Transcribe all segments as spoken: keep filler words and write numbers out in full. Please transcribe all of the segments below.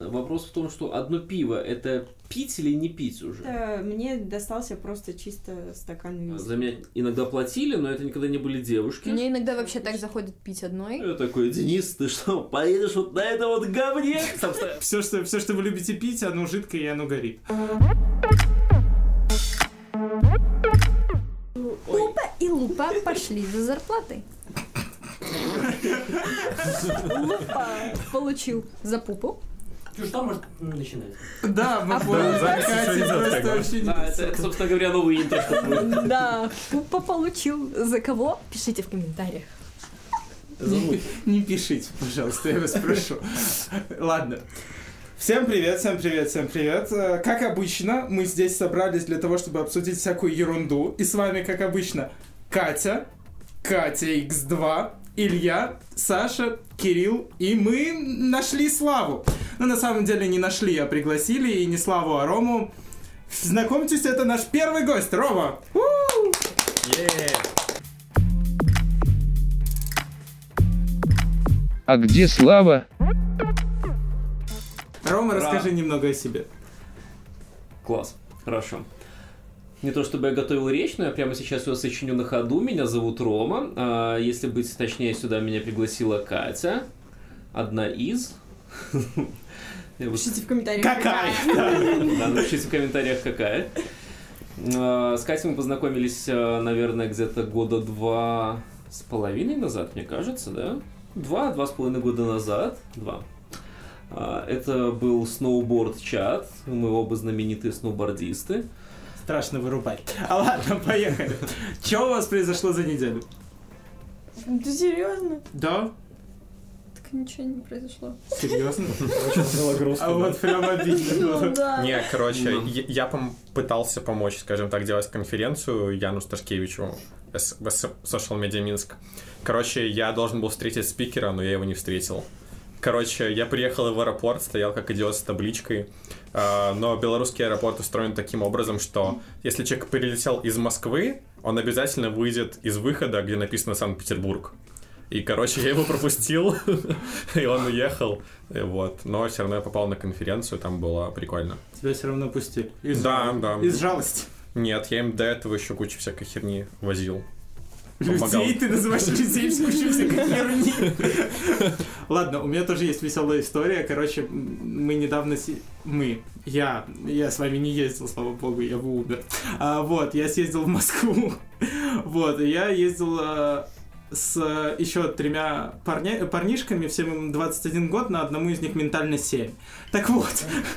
Вопрос в том, что одно пиво это пить или не пить уже? Это мне достался просто чисто стакан виски. За меня иногда платили, но это никогда не были девушки. Мне иногда вообще так заходит пить одной. Я такой: Денис, ты что, поедешь вот на это вот говне? Все, что, все, что вы любите пить, оно жидкое и оно горит. Лупа и Лупа пошли за зарплатой. Лупа получил за пупу. Что может начинать? Да, мы поняли. Да, это, собственно говоря, новый интро. Да, Пупа получил за кого? Пишите в комментариях. Не, не пишите, пожалуйста, я вас прошу. Ладно. Всем привет, всем привет, всем привет. Как обычно, мы здесь собрались для того, чтобы обсудить всякую ерунду. И с вами, как обычно, Катя, Катя икс два, Илья, Саша, Кирилл, и мы нашли Славу. Но на самом деле не нашли, а пригласили, и не Славу, а Рому. Знакомьтесь, это наш первый гость, Рома. Yeah. А где Слава? Рома, расскажи немного о себе. Класс, хорошо. Не то чтобы я готовил речь, но я прямо сейчас ее сочиню на ходу. Меня зовут Рома. А, если быть точнее, сюда меня пригласила Катя. Одна из. Пишите в комментариях. Какая? Да, напишите в комментариях, какая. С Катей мы познакомились, наверное, где-то года два с половиной назад, мне кажется, да? Два, два с половиной года назад. Два. Это был сноуборд-чат. Мы оба знаменитые сноубордисты. Страшно вырубать. А ладно, поехали. Что у вас произошло за неделю? Ты серьезно? Да? Так ничего не произошло. Серьезно? Очень было грустно. А вот прям обидно было. Не, короче, я пытался помочь, скажем так, делать конференцию Яну Сташкевичу с Social Media Minsk. Короче, я должен был встретить спикера, но я его не встретил. Короче, я приехал в аэропорт, стоял как идиот с табличкой, но белорусский аэропорт устроен таким образом, что если человек прилетел из Москвы, он обязательно выйдет из выхода, где написано Санкт-Петербург. И, короче, я его пропустил, и он уехал, вот. Но все равно я попал на конференцию, там было прикольно. Тебя все равно пустили? Из да, жал... да. Из жалости? Нет, я им до этого еще кучу всякой херни возил. Помогал. Людей? Ты называешь людей с кучей всякой херни? Ладно, у меня тоже есть веселая история. Короче, мы недавно... Си... Мы. Я. Я с вами не ездил, слава богу, я бы умер. А, вот, я съездил в Москву. Вот, и я ездил... А... с еще тремя парня... парнишками, всем им двадцать один год, на одному из них ментально семь. Так вот.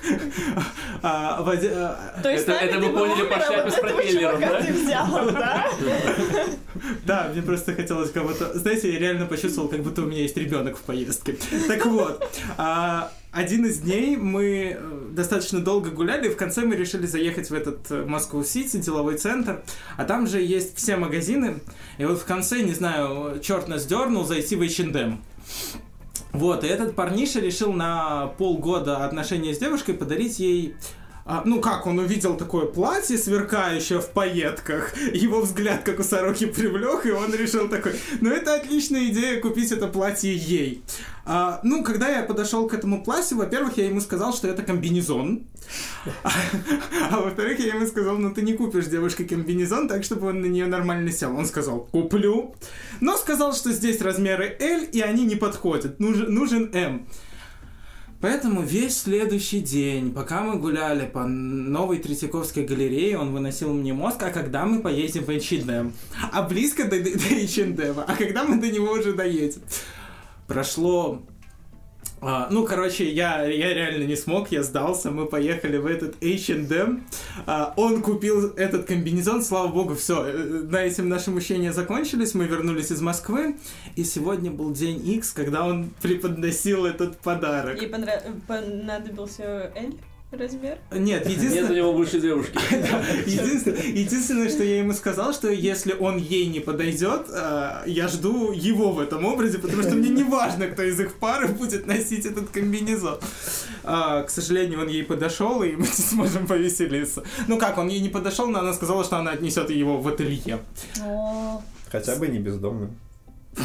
Это мы поняли по шляпе с пропеллером, да? Да, мне просто хотелось кого-то... Знаете, я реально почувствовал, как будто у меня есть ребенок в поездке. Так вот. Один из дней мы достаточно долго гуляли, и в конце мы решили заехать в этот Москву-Сити, деловой центр, а там же есть все магазины, и вот в конце, не знаю, черт нас дернул зайти в эйч энд эм. Вот, и этот парниша решил на полгода отношения с девушкой подарить ей... А, ну как, он увидел такое платье, сверкающее в пайетках, его взгляд как у сороки привлек, и он решил такой, ну это отличная идея купить это платье ей. А, ну, когда я подошел к этому платью, во-первых, я ему сказал, что это комбинезон, а, а во-вторых, я ему сказал, ну ты не купишь девушке комбинезон так, чтобы он на нее нормально сел. Он сказал, куплю, но сказал, что здесь размеры L, и они не подходят, нужен, нужен M. Поэтому весь следующий день, пока мы гуляли по новой Третьяковской галерее, он выносил мне мозг, а когда мы поедем в эйч энд эм? А близко до, до эйч энд эм, а когда мы до него уже доедем? Прошло... А, ну, короче, я, я реально не смог, я сдался, мы поехали в этот эйч энд эм, а, он купил этот комбинезон, слава богу, все, на этом наши мучения закончились, мы вернулись из Москвы, и сегодня был день X, когда он преподносил этот подарок. И понрав... понадобился L размер? Нет, единственное... Нет у него больше девушки. единственное, единственное, что я ему сказал, что если он ей не подойдет, я жду его в этом образе, потому что мне не важно, кто из их пары будет носить этот комбинезон. К сожалению, он ей подошел, и мы не сможем повеселиться. Ну как, он ей не подошел, но она сказала, что она отнесет его в ателье. Хотя бы не бездомным.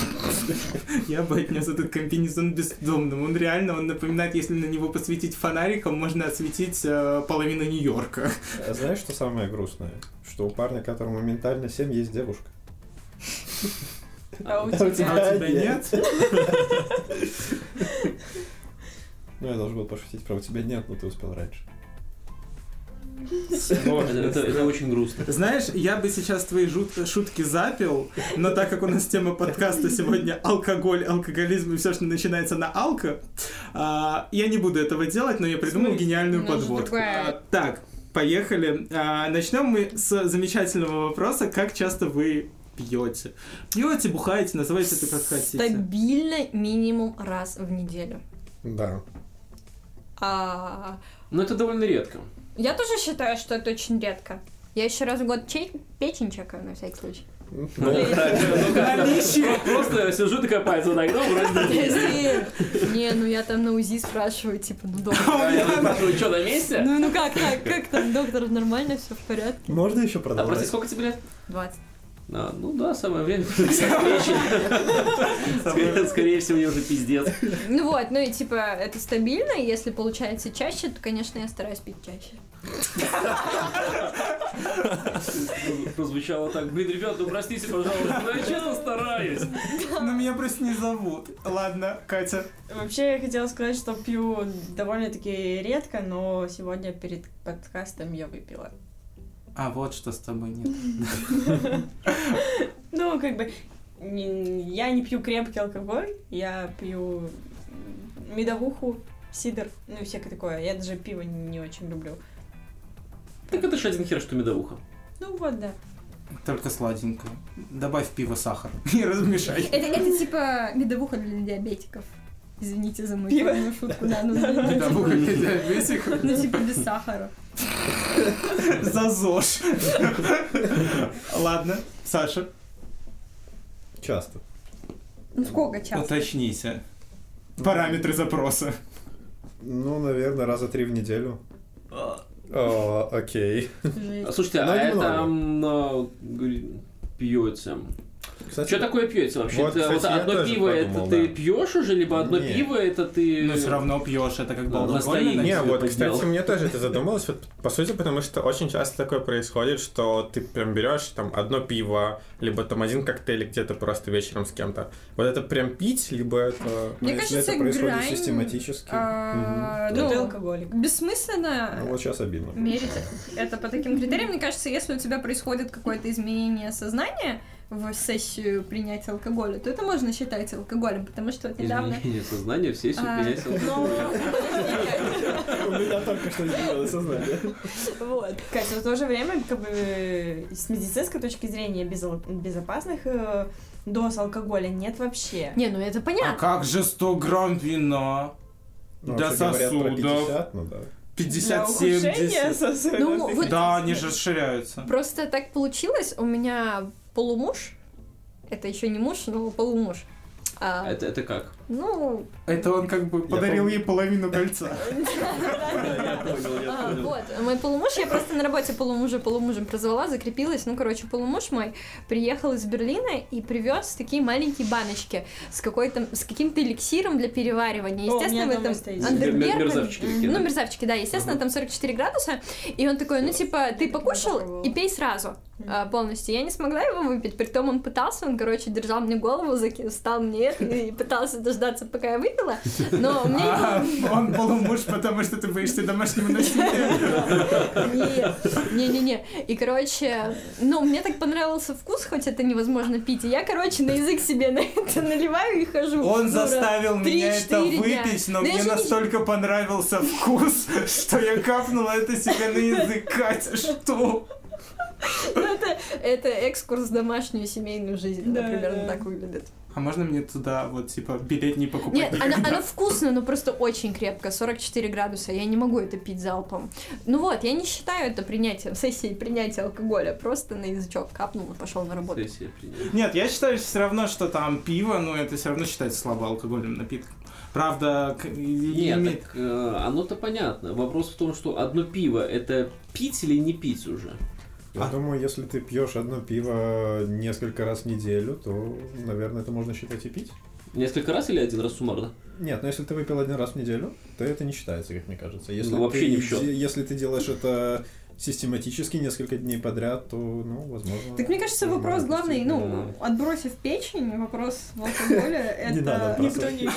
Я бы отнес этот комбинезон бездомным. Он реально, он напоминает, если на него посветить фонариком, можно осветить э, половину Нью-Йорка. А знаешь, что самое грустное? Что у парня, которому ментально семь, есть девушка. А у А у тебя? тебя А у тебя нет? Ну, я должен был пошутить про «у тебя нет», но ты успел раньше. Это, это- это очень грустно. Знаешь, я бы сейчас твои жут- шутки запил, но так как у нас тема подкаста сегодня алкоголь, алкоголизм и все, что начинается на алко, а, я не буду этого делать, но я придумал гениальную Ну, это подводку. другая. А, так, поехали. А, начнем мы с замечательного вопроса, как часто вы пьете? Пьете, бухаете, называйте это как хотите. Стабильно минимум раз в неделю. Да. А, Но это довольно редко. я тоже считаю, что это очень редко. Я еще раз в год чей- печень чекаю, на всякий случай. Ну, так, ну, как- Просто сижу такая пальцем так, ну, вроде бы. Не, не, ну я там на УЗИ спрашиваю, типа, ну доктор. А я спрашиваю, что, на месте? Ну, ну как, как, как там, доктор, нормально, все в порядке? Можно еще А прости, продолжать? сколько тебе лет? двадцать. А, ну да, самое время. Скорее- Скорее всего, мне уже пиздец. Ну вот, ну и типа, это стабильно, и если получается чаще, то, конечно, я стараюсь пить чаще. Прозвучало так, блин, ребят, ну простите, пожалуйста, но я честно стараюсь. Ну, меня просто не зовут. Ладно, Катя. Вообще, я хотела сказать, что пью довольно-таки редко, но сегодня перед подкастом я выпила. А вот что с тобой нет. Ну, как бы, не- я не пью крепкий алкоголь, я пью медовуху, сидр, ну и всякое такое. Я даже пиво не очень люблю. Так это же один хер, что медовуха. Ну вот, да. Только сладенькое. Добавь в пиво сахар и размешай. Это, это типа медовуха для диабетиков. Извините за мою Пиво? темную шутку, да, ну, ну, ну, Медовуха для диабетиков. ну, типа без сахара. За ЗОЖ. Ладно, Саша, Часто. Ну сколько часто? уточните. Параметры запроса. Ну, наверное, раза три в неделю. О, окей. А, Слушайте, Но а это немного. м, а, говори- пьете? Кстати, Что такое пьете вообще? Вот, Это кстати, вот я одно тоже пиво подумал, это ты да. пьешь уже, либо одно Не. пиво это ты. Но все равно пьешь, это как бы Да, алкогольное настроение. Не, себе вот, поднял. кстати, мне тоже это задумалось, вот, по сути, потому что очень часто такое происходит, что ты прям берешь там одно пиво, либо там один коктейль где-то просто вечером с кем-то. Вот это прям пить, либо это... Мне ну, если кажется, это происходит грань, систематически. а, Ну, ты ну, алкоголик. бессмысленно Ну, вот сейчас обидно. мерить это по таким критериям. Мне кажется, если у тебя происходит какое-то изменение сознания в сессию принятия алкоголя, то это можно считать алкоголем, потому что вот недавно... Изменение сознания, все все А, принять алкоголь. У меня только что изменилось сознание. Вот. Катя, в то же время, как бы, с медицинской точки зрения безал- безопасных э, доз алкоголя нет вообще. Не, ну это А понятно. как же сто грамм вина? Ну, Для вообще говорят про сосудов. пятьдесят, ну да. Для пятьдесят ухудшения семьдесят. сосудов. Ну, вот- Да, они же расширяются. Просто так получилось, у меня полумуж, это еще не муж, но полумуж. А, Это это как? ну, Это он как бы подарил помню. ей половину кольца. Я понял, я а, понял. вот, мой полумуж, я просто на работе полумужа полумужем прозвала, закрепилась. Ну, короче, полумуж мой приехал из Берлина и привез такие маленькие баночки с какой-то, с каким-то эликсиром для переваривания. О, у Естественно, меня в дома этом стоит. Андерберген, Мерзавчики такие, ну, да? мерзавчики, да, естественно, там сорок четыре градуса, и он такой, ну, типа, ты покушал и пей сразу а, полностью. Я не смогла его выпить, притом он пытался, он, короче, держал мне голову, заки- встал мне это и пытался дождаться, пока я выпила, но мне А, он полумуж, потому что ты боишься домашнего насилия. Не-не-не. И, короче, ну, мне так понравился вкус, хоть это невозможно пить. И я, короче, на язык себе на это наливаю и хожу. Он Ну, заставил три, меня это четыре дня. выпить, но Да я мне же не- настолько понравился вкус, что я капнула это себе на язык. Катя, что? Ну, это, это экскурс в домашнюю семейную жизнь. Да, Да, примерно да. так выглядит. А можно мне туда вот типа билет не покупать? Нет, оно, никогда? оно вкусно, но просто очень крепко. сорок четыре градуса. Я не могу это пить залпом. Ну вот, я не считаю это принятием, сессией принятия алкоголя. Просто на язычок капнул и пошел на работу. Сессия принять. Нет, я считаю все равно, что там пиво, но это все равно считается слабоалкогольным напитком. Правда, к- и- Нет, имеет- так э, оно-то понятно. Вопрос в том, что одно пиво это пить или не пить уже. Я А. думаю, если ты пьешь одно пиво несколько раз в неделю, то, наверное, это можно считать и пить. Несколько раз или один раз суммарно? Нет, но если ты выпил один раз в неделю, то это не считается, как мне кажется. Если Ну, вообще ты, не в счет. де- Если ты делаешь это систематически несколько дней подряд, то, ну, возможно... Так мне кажется, можно вопрос допустить. главный, ну, отбросив печень, вопрос в алкоголе, Не надо это... отбрасывать. Никто не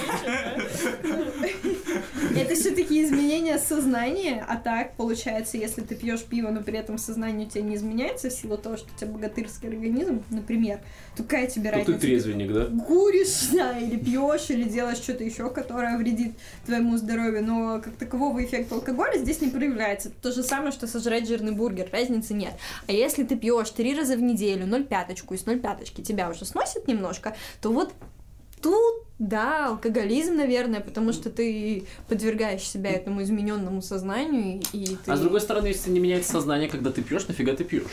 печень, Это все-таки изменение сознания, а так, получается, если ты пьешь пиво, но при этом сознание у тебя не изменяется в силу того, что у тебя богатырский организм, например, то какая тебе Ну, ты разница? трезвенник, да? Куришь, да, или пьешь, или делаешь что-то еще, которое вредит твоему здоровью, но как такового эффекта алкоголя здесь не проявляется. То же самое, что сожрать жирный бургер, разницы нет. А если ты пьешь три раза в неделю ноль пяточку, и с ноль пяточки тебя уже сносит немножко, то вот тут, да, алкоголизм, наверное, потому что ты подвергаешь себя этому измененному сознанию, и ты... А с другой стороны, если не меняется сознание, когда ты пьешь, нафига ты пьешь?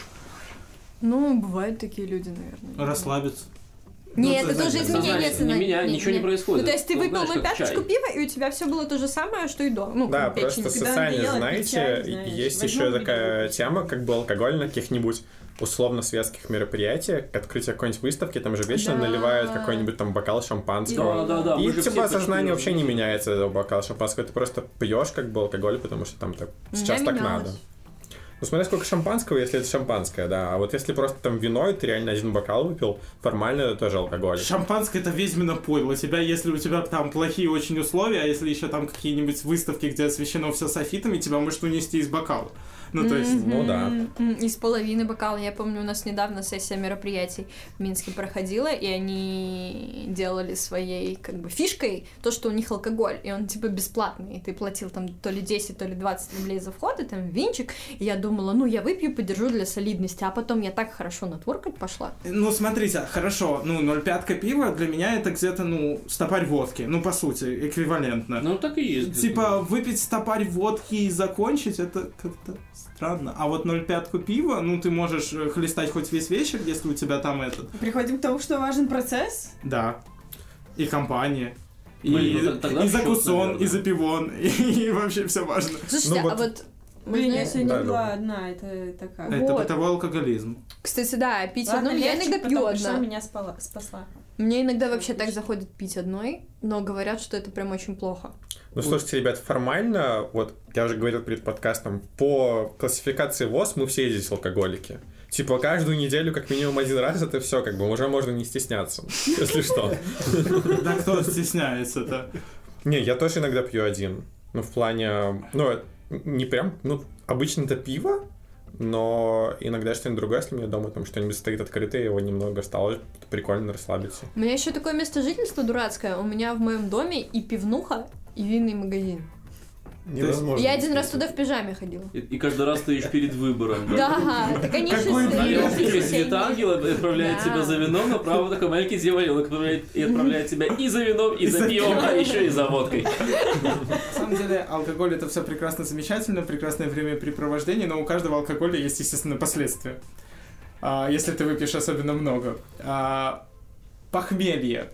Ну, бывают такие люди, наверное. Расслабиться. Нет, Ну, это тоже сознание. изменение Сознание не сознания. меня- ничего не происходит. Ну, то есть ты Ну, выпил знаешь, ноль как пяточку чай. пива, и у тебя все было то же самое, что и до. Ну, Да, как печень. просто когда сами надоело знаете, пить чай, знаешь, есть возьмем еще такая медовуху. тема, как бы алкоголь на каких-нибудь условно-светских мероприятиях, открытие какой-нибудь выставки, там же вечно Да. наливают какой-нибудь там бокал шампанского. Да, да, да. И мы же типа все сознание так вообще не меняется этого бокала шампанского, ты просто пьешь как бы алкоголь, потому что там так У меня сейчас так менялось. надо. Ну, смотря сколько шампанского, если это шампанское, да. А вот если просто там вино, и ты реально один бокал выпил, формально это тоже алкоголь. Шампанское — это ведьмино пойло. Тебя, если у тебя там плохие очень условия, а если еще там какие-нибудь выставки, где освещено все софитами, тебя может унести из бокала. Ну, то есть... Ну да. М, из половины бокала. Я помню, у нас недавно сессия мероприятий в Минске проходила, и они делали своей как бы фишкой то, что у них алкоголь, и он типа бесплатный, и ты платил там то ли десять, то ли двадцать рублей за вход, и там винчик, и я думала, ну я выпью, подержу для солидности, а потом я так хорошо натворкать пошла. Ну, смотрите, хорошо, ну, ноль пятка пива для меня это где-то, ну, стопарь водки. Ну, по сути, эквивалентно. Ну, так и есть. Типа, выпить стопарь водки и закончить, это как-то странно. А вот ноль пятку пива, ну, ты можешь э, хлестать хоть весь вечер, если у тебя там этот... Приходим к тому, что важен процесс. Да. И компания. И, Блин, ну, тогда и в счёт, закусон, наверное. и запивон, и, и вообще все важно. Слушайте, Ну, а вот- вот... Блин, я Можно- сегодня Да, была да. одна, это такая. Это Вот. бытовой алкоголизм. Кстати, да, пить Ладно, одной, я легче, иногда пью потом пришла, одна. меня спала, спасла. Мне иногда вообще так заходит пить одной, но говорят, что это прям очень плохо. Ну, слушайте, ребят, формально, вот я уже говорил перед подкастом, по классификации ВОЗ мы все здесь алкоголики. Типа каждую неделю как минимум один раз это все, как бы уже можно не стесняться, если что. Да кто стесняется-то? Не, я тоже иногда пью один. Ну, в плане, ну, не прям, ну, обычно это пиво, но иногда что-нибудь другое, если у меня дома там что-нибудь стоит открытое, его немного стало, прикольно расслабиться. У меня еще такое место жительства дурацкое. У меня в моем доме и пивнуха, и винный магазин. Невозможно. Я один раз туда в пижаме ходила. И, и каждый раз стоишь перед выбором. Да, так они же Какой с- Налево бред. тебе свет ангела отправляет Да. тебя за вином, направо такой маленький дьяволенок отправляет, и отправляет тебя и за вином, и за пивом, а еще и за водкой. На самом деле, алкоголь — это все прекрасно, замечательно, прекрасное времяпрепровождение, но у каждого алкоголя есть, естественно, последствия. А, если ты выпьешь особенно много. А, похмелье.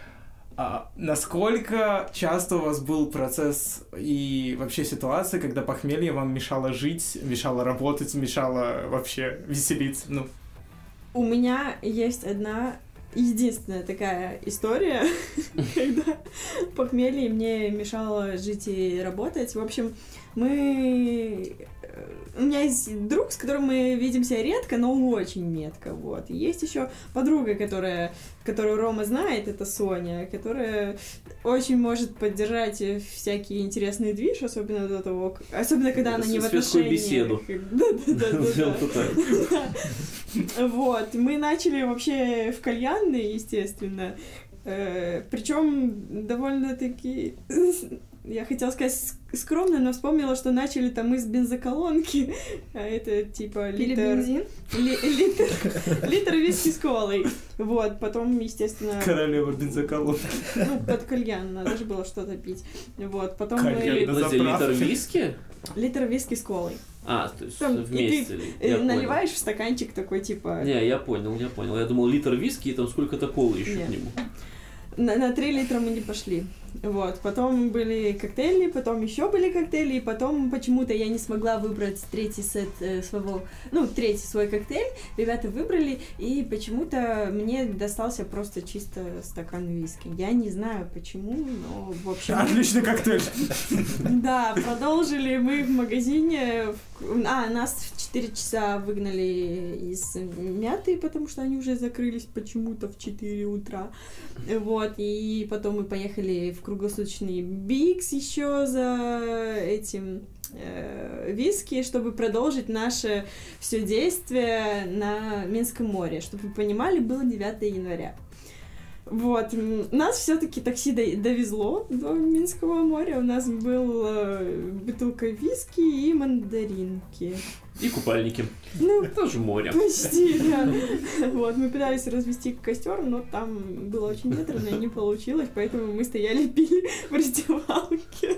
А, насколько часто у вас был процесс и вообще ситуация, когда похмелье вам мешало жить, мешало работать, мешало вообще веселиться? Ну, У меня есть одна единственная такая история, когда похмелье мне мешало жить и работать. В общем, мы... У меня есть друг, с которым мы видимся редко, но очень метко, вот. И есть еще подруга, которая, которую Рома знает, это Соня, которая очень может поддержать всякие интересные движ, особенно до того, к- особенно когда она не в Светскую отношениях. беседу. Да-да-да. Вот, мы начали вообще в кальянной, естественно. Причем довольно-таки, я хотела сказать с- скромно, но вспомнила, что начали там мы с бензоколонки, а это типа Пили литр, бензин? ли- литр, литр виски с колой. Вот, потом, естественно, королева бензоколонки. ну, под кальян надо же было что-то пить. Вот, потом Кальян. мы... На Подожди, литр заправке. виски? Литр виски с колой. А, то есть Там, и вместе. ты, Я э, понял. наливаешь в стаканчик такой, типа... Не, я понял, я понял. Я думал, литр виски и там сколько-то колы еще Нет. к нему. На, на три литра мы не пошли. Вот, потом были коктейли, потом еще были коктейли, и потом почему-то я не смогла выбрать третий сет э, своего, ну, третий свой коктейль, ребята выбрали, и почему-то мне достался просто чисто стакан виски. Я не знаю почему, но, в общем... Отличный коктейль! Да, продолжили мы в магазине, а, нас в четыре часа выгнали из мяты, потому что они уже закрылись почему-то в четыре утра, вот, и потом мы поехали в круглосуточный Бигс еще за этим э, виски, чтобы продолжить наше все действие на Минском море. Чтобы вы понимали, было девятого января. Вот, нас все-таки такси довезло до Минского моря. У нас была бутылка виски и мандаринки. И купальники. Ну, тоже море. Почти, да. Вот, мы пытались развести костер, но там было очень ветрено и не получилось, поэтому мы стояли, пили в раздевалке.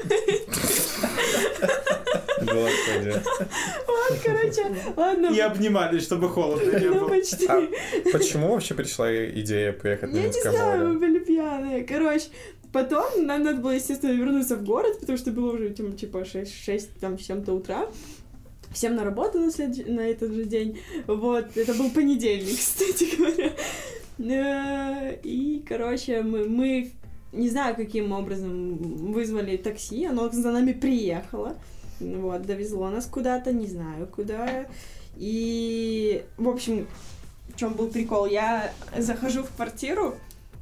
Господи. Вот, короче, ладно. И обнимались, чтобы холодно не Ну, было. почти. А почему вообще пришла идея поехать на Я не Минское знаю, мы море? были пьяные. Короче, потом нам надо было, естественно, вернуться в город, потому что было уже, типа, шесть там, с чем-то утра. Всем на работу на, след... на этот же день. Вот, это был понедельник, кстати говоря. И, короче, мы, мы не знаю, каким образом вызвали такси, оно за нами приехало. Вот, довезло нас куда-то, не знаю куда. И, в общем, в чем был прикол? Я захожу в квартиру,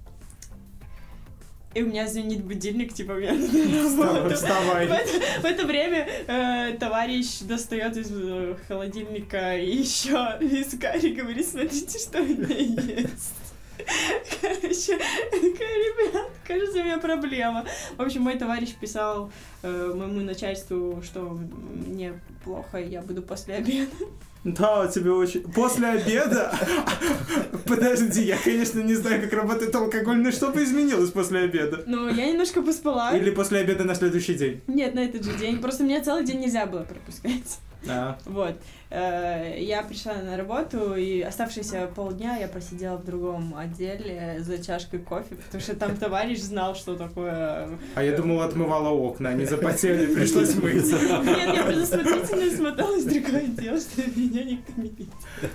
и у меня звенит будильник, типа, мне надо на работу. Вставай. В это, в это время э, товарищ достает из э, холодильника еще вискарь и говорит: смотрите, что у меня есть. Короче, я такая: ребят, кажется, у меня проблема. В общем, мой товарищ писал э, моему начальству, что мне плохо, и я буду после обеда. Да, тебе очень... После обеда? Подожди, я, конечно, не знаю, как работает алкоголь, но что бы изменилось после обеда? Ну, я немножко поспала. Или после обеда на следующий день? Нет, на этот же день. Просто мне целый день нельзя было пропускать. А. Вот. Я пришла на работу, и оставшиеся полдня я просидела в другом отделе за чашкой кофе, потому что там товарищ знал, что такое... А я думала, отмывала окна, они запотели, пришлось мыться. Нет, я предусмотрительно смоталась в другое отдел, чтобы меня никто не видел.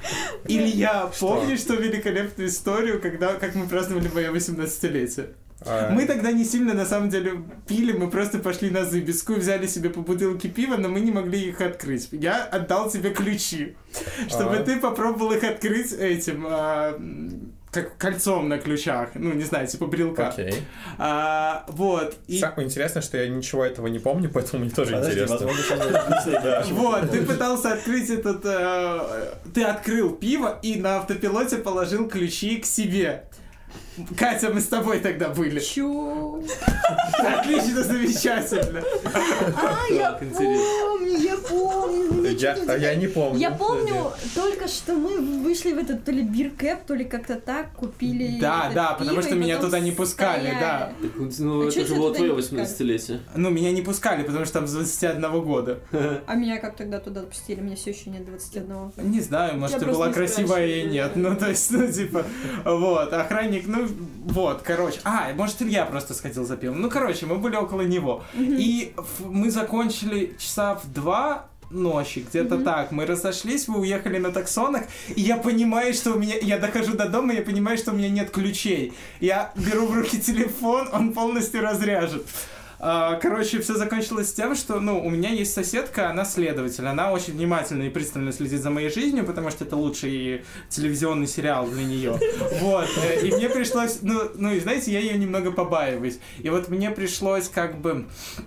Илья, помнишь ту великолепную историю, когда, как мы праздновали мое восемнадцатилетие? А... Мы тогда не сильно, на самом деле, пили, мы просто пошли на Зыбецкую, взяли себе по бутылке пива, но мы не могли их открыть. Я отдал тебе ключи, чтобы А. ты попробовал их открыть этим, а, как кольцом на ключах, ну, не знаю, типа брелка. Окей. А, вот. И... Самое интересное, что я ничего этого не помню, поэтому мне тоже Подожди, интересно. возможно, сейчас да. Вот, ты пытался открыть этот... э, ты открыл пиво и на автопилоте положил ключи к себе. Катя, мы с тобой тогда были. Чё? Отлично, замечательно. А, я помню, я помню. Я, а я не помню. Я помню только, что мы вышли в этот то ли биркэп, то ли как-то так, купили Да, это да, потому пиво, что и меня потом туда не пускали, стояли. да. Так, ну, А это чё же тебя было туда твое не пускали? восемнадцатилетие. Ну, меня не пускали, потому что там с двадцати одного года. А меня как тогда туда пустили? Мне все еще нет двадцати одного. Не знаю, может, Я ты просто была не красивая и спрашиваю. нет. Ну, то есть, ну, типа, вот, охранник, ну, вот, короче. А, может, Илья просто сходил за пивом. Ну, короче, мы были около него. И в- мы закончили часа в два ночи, где-то Мгм. так. Мы разошлись, мы уехали на таксонах, и я понимаю, что у меня... Я дохожу до дома, я понимаю, что у меня нет ключей. Я беру в руки телефон, он полностью разряжен. А, Короче, все закончилось тем, что, ну, у меня есть соседка, она следователь, она очень внимательно и пристально следит за моей жизнью, потому что это лучший телевизионный сериал для нее. Вот, э, и мне пришлось, ну, ну, и знаете, я ее немного побаиваюсь. И вот мне пришлось как бы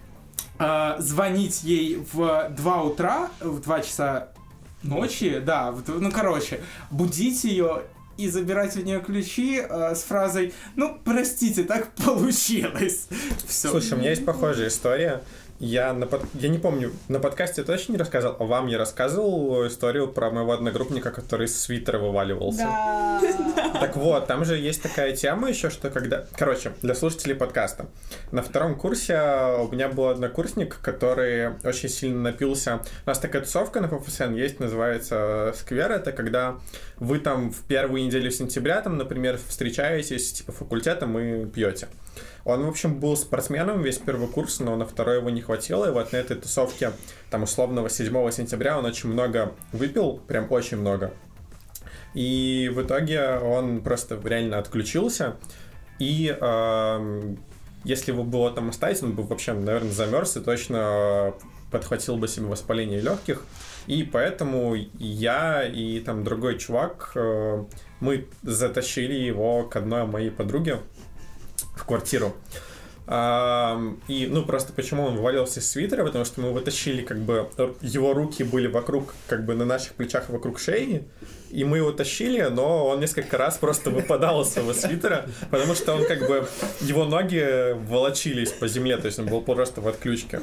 а, звонить ей в два утра, в два часа ночи, да, в д- ну, короче, будить ее и забирать у нее ключи э, с фразой: ну, простите, так получилось. Все. Слушай, у меня есть похожая история. Я, на под... я не помню, на подкасте точно не рассказывал, а вам я рассказывал историю про моего одногруппника, который из свитера вываливался. Да. Так вот, там же есть такая тема еще, что когда... Короче, для слушателей подкаста. На втором курсе у меня был однокурсник, который очень сильно напился. У нас такая тусовка на ПФСН есть, называется «Сквер». Это когда вы там в первую неделю сентября, там, например, встречаетесь типа факультетом и пьете. Он, в общем, был спортсменом весь первый курс, но на второй его не хватило, и вот на этой тусовке, там, условного седьмого сентября он очень много выпил, прям очень много. И в итоге он просто реально отключился, и э, если бы было там оставить, он бы вообще, наверное, замерз и точно подхватил бы себе воспаление легких. И поэтому я и там другой чувак, э, мы затащили его к одной моей подруге в квартиру. Uh, и, ну, просто почему он вывалился из свитера, потому что мы вытащили, как бы, его руки были вокруг, как бы, на наших плечах вокруг шеи, и мы его тащили, но он несколько раз просто выпадал из своего свитера, потому что он, как бы, его ноги волочились по земле, то есть он был просто в отключке.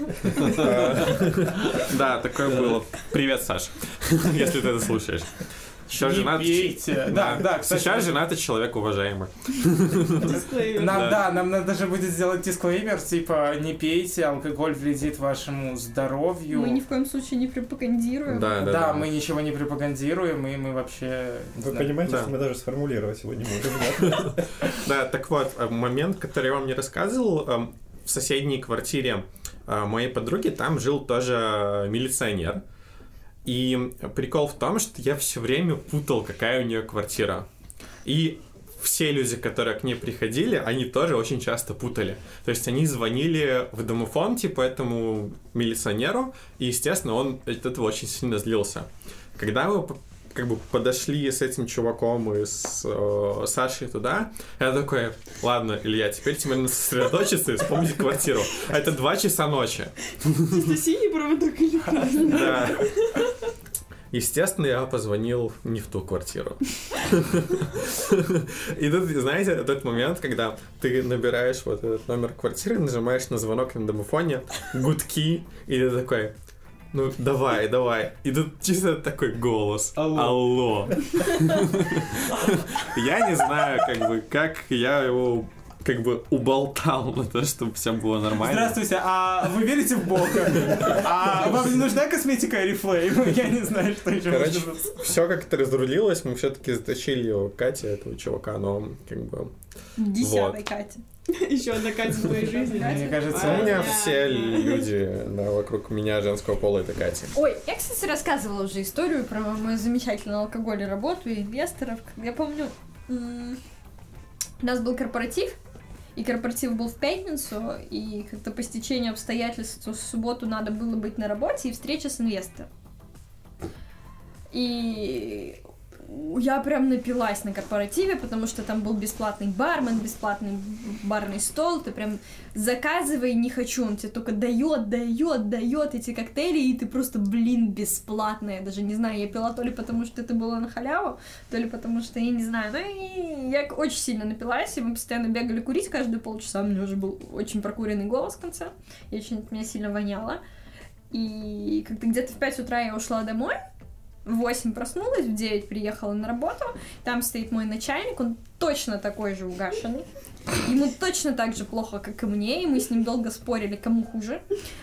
Да, такое было. Привет, Саша, если ты это слушаешь. Сейчас женат... Да, да, кстати. Сейчас женатый человек уважаемый. Нам, да, нам надо же будет сделать дисклеймер, типа, не пейте, алкоголь вредит вашему здоровью. Мы ни в коем случае не пропагандируем. Да, да, да, мы ничего не пропагандируем, и мы вообще... Вы понимаете, что мы даже сформулировать его не можем. Да, так вот, момент, который я вам не рассказывал, в соседней квартире моей подруги там жил тоже милиционер. И прикол в том, что я все время путал, какая у нее квартира. И все люди, которые к ней приходили, они тоже очень часто путали. То есть они звонили в домофон, типа, этому милиционеру, и, естественно, он от этого очень сильно злился. Когда мы как бы подошли с этим чуваком и с э, Сашей туда, я такой: ладно, Илья, теперь тебе надо сосредоточиться и вспомнить квартиру. Это два часа ночи. Это синий проводок или красный? Да. Естественно, я позвонил не в ту квартиру. И тут, знаете, тот момент, когда ты набираешь вот этот номер квартиры, нажимаешь на звонок на домофоне, гудки, и ты такой: ну, давай, давай. И тут чисто такой голос. Алло. Алло. Я не знаю, как бы, как я его... как бы уболтал на то, чтобы все было нормально. Здравствуйте, а вы верите в Бога? А вам не нужна косметика Oriflame? Я не знаю, что еще. Короче, все как-то разрулилось, мы все-таки затащили его Катя, этого чувака, но как бы... Десятая Катя. Еще одна Катя в твоей жизни. Мне кажется, у меня все люди вокруг меня женского пола — это Катя. Ой, я, кстати, рассказывала уже историю про мою замечательную алкоголь и работу, и инвесторов. Я помню, у нас был корпоратив, и корпоратив был в пятницу, и как-то по стечению обстоятельств в субботу надо было быть на работе, и встреча с инвестором. И я прям напилась на корпоративе, потому что там был бесплатный бармен, бесплатный барный стол, ты прям заказывай, не хочу, он тебе только дает, дает, дает эти коктейли, и ты просто, блин, бесплатно. Я даже не знаю, я пила то ли потому, что это было на халяву, то ли потому, что я не знаю. Ну и я очень сильно напилась, и мы постоянно бегали курить каждые полчаса, у меня уже был очень прокуренный голос в конце, и очень от меня сильно воняло. И как-то где-то в пять утра я ушла домой, в восемь проснулась, в девять приехала на работу, там стоит мой начальник, он точно такой же угашенный, ему точно так же плохо, как и мне, и мы с ним долго спорили, кому хуже.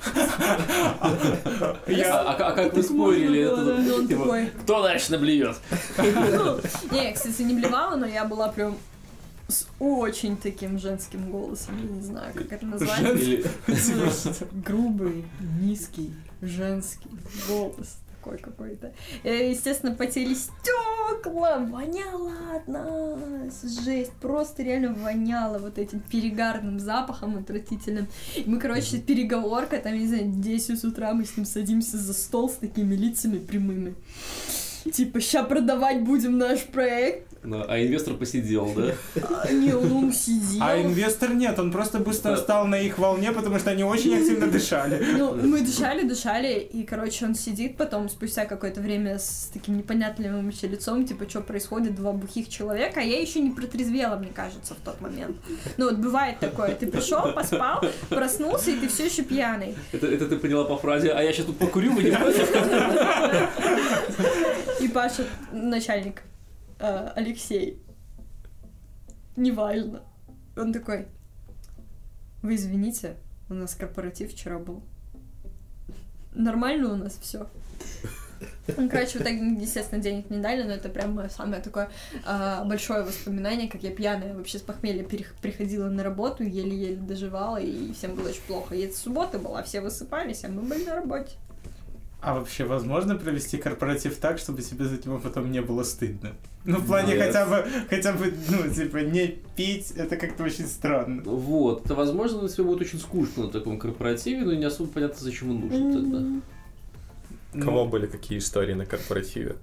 А как вы спорили? Кто дальше наблюет? Не, я, кстати, не блевала, но я была прям с очень таким женским голосом, я не знаю, как это назвать. Грубый, низкий, женский голос. Какой-то. Естественно, потели стекла, воняло от нас, жесть, просто реально воняло вот этим перегарным запахом отвратительным. И мы, короче, переговорка, там, не знаю, десять утра мы с ним садимся за стол с такими лицами прямыми. Типа, ща продавать будем наш проект. Ну, а инвестор посидел, да? А, не, он сидел. А инвестор нет, он просто быстро встал на их волне, потому что они очень активно дышали. Ну, мы дышали, дышали, и, короче, он сидит потом, спустя какое-то время, с таким непонятным вообще лицом, типа, что происходит, два бухих человека, а я еще не протрезвела, мне кажется, в тот момент. Ну, вот бывает такое, ты пришел, поспал, проснулся, и ты все еще пьяный. Это, это ты поняла по фразе: а я сейчас тут покурю, вы не против? И Паша, начальник, Алексей, неважно. Он такой, вы извините, у нас корпоратив вчера был. Нормально у нас все. Ну, короче, вот так, естественно, денег не дали, но это прям мое самое такое э, большое воспоминание, как я пьяная вообще с похмелья перех- приходила на работу, еле-еле доживала, и всем было очень плохо. И это суббота была, все высыпались, а мы были на работе. А вообще возможно провести корпоратив так, чтобы тебе за него потом не было стыдно? Ну, в плане Нет. хотя бы, хотя бы, ну, типа, не пить, это как-то очень странно. Вот, это, возможно, тебе будет очень скучно на таком корпоративе, но не особо понятно, зачем он нужен тогда. У кого были какие истории на корпоративе?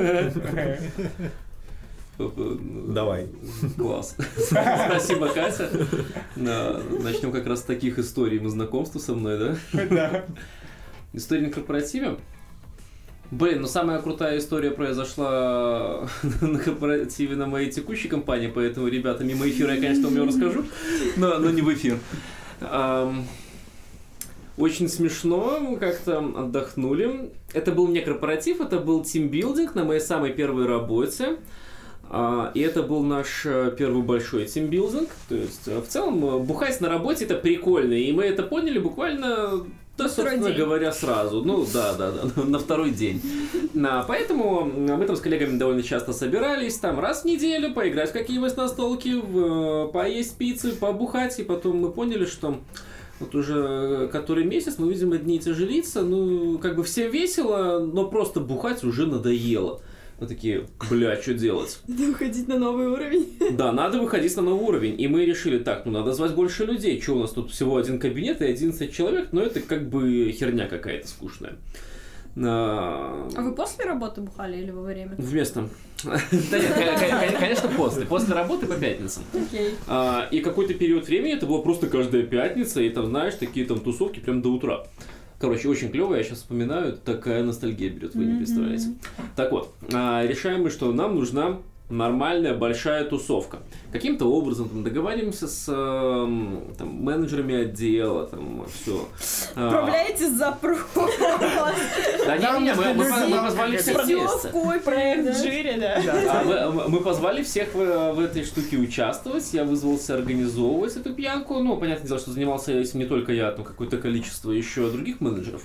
Давай. Класс. Спасибо, Катя. Начнем как раз с таких историй. Мы знакомства со мной, да? Да. История на корпоративе? Блин, ну самая крутая история произошла на корпоративе на моей текущей компании, поэтому, ребята, мимо эфира я, конечно, вам ее расскажу, но, но не в эфир. Um, очень смешно, мы как-то отдохнули. Это был не корпоратив, это был тимбилдинг на моей самой первой работе. Uh, и это был наш первый большой тимбилдинг. То есть, в целом, бухать на работе это прикольно, и мы это поняли буквально... Да, собственно говоря, сразу. Ну, да, да, да, на второй день. А, поэтому мы там с коллегами довольно часто собирались, там раз в неделю поиграть в какие-нибудь настолки, в, поесть пиццы, побухать, и потом мы поняли, что вот уже который месяц мы видим одни и те же лица, ну, как бы всем весело, но просто бухать уже надоело. Мы такие, бля, что делать? Надо выходить на новый уровень. Да, надо выходить на новый уровень. И мы решили, так, ну надо звать больше людей. Что у нас тут всего один кабинет и одиннадцать человек, но это как бы херня какая-то скучная. А, а вы после работы бухали или во время? Вместо. Да нет, конечно, после. После работы по пятницам. Окей. И какой-то период времени это было просто каждая пятница, и там, знаешь, такие там тусовки прям до утра. Короче, очень клево, я сейчас вспоминаю, такая ностальгия берет, вы не представляете. Mm-hmm. Так вот, решаем мы, что нам нужна нормальная большая тусовка. Каким-то образом там, договариваемся с там, менеджерами отдела, там все. Управляете запрос. Да не, не, мы позвали всех вместе. Проект в жире, да. Мы позвали всех в этой штуке участвовать, я вызвался организовывать эту пьянку. Ну, понятное дело, что занимался этим не только я, но какое-то количество еще других менеджеров.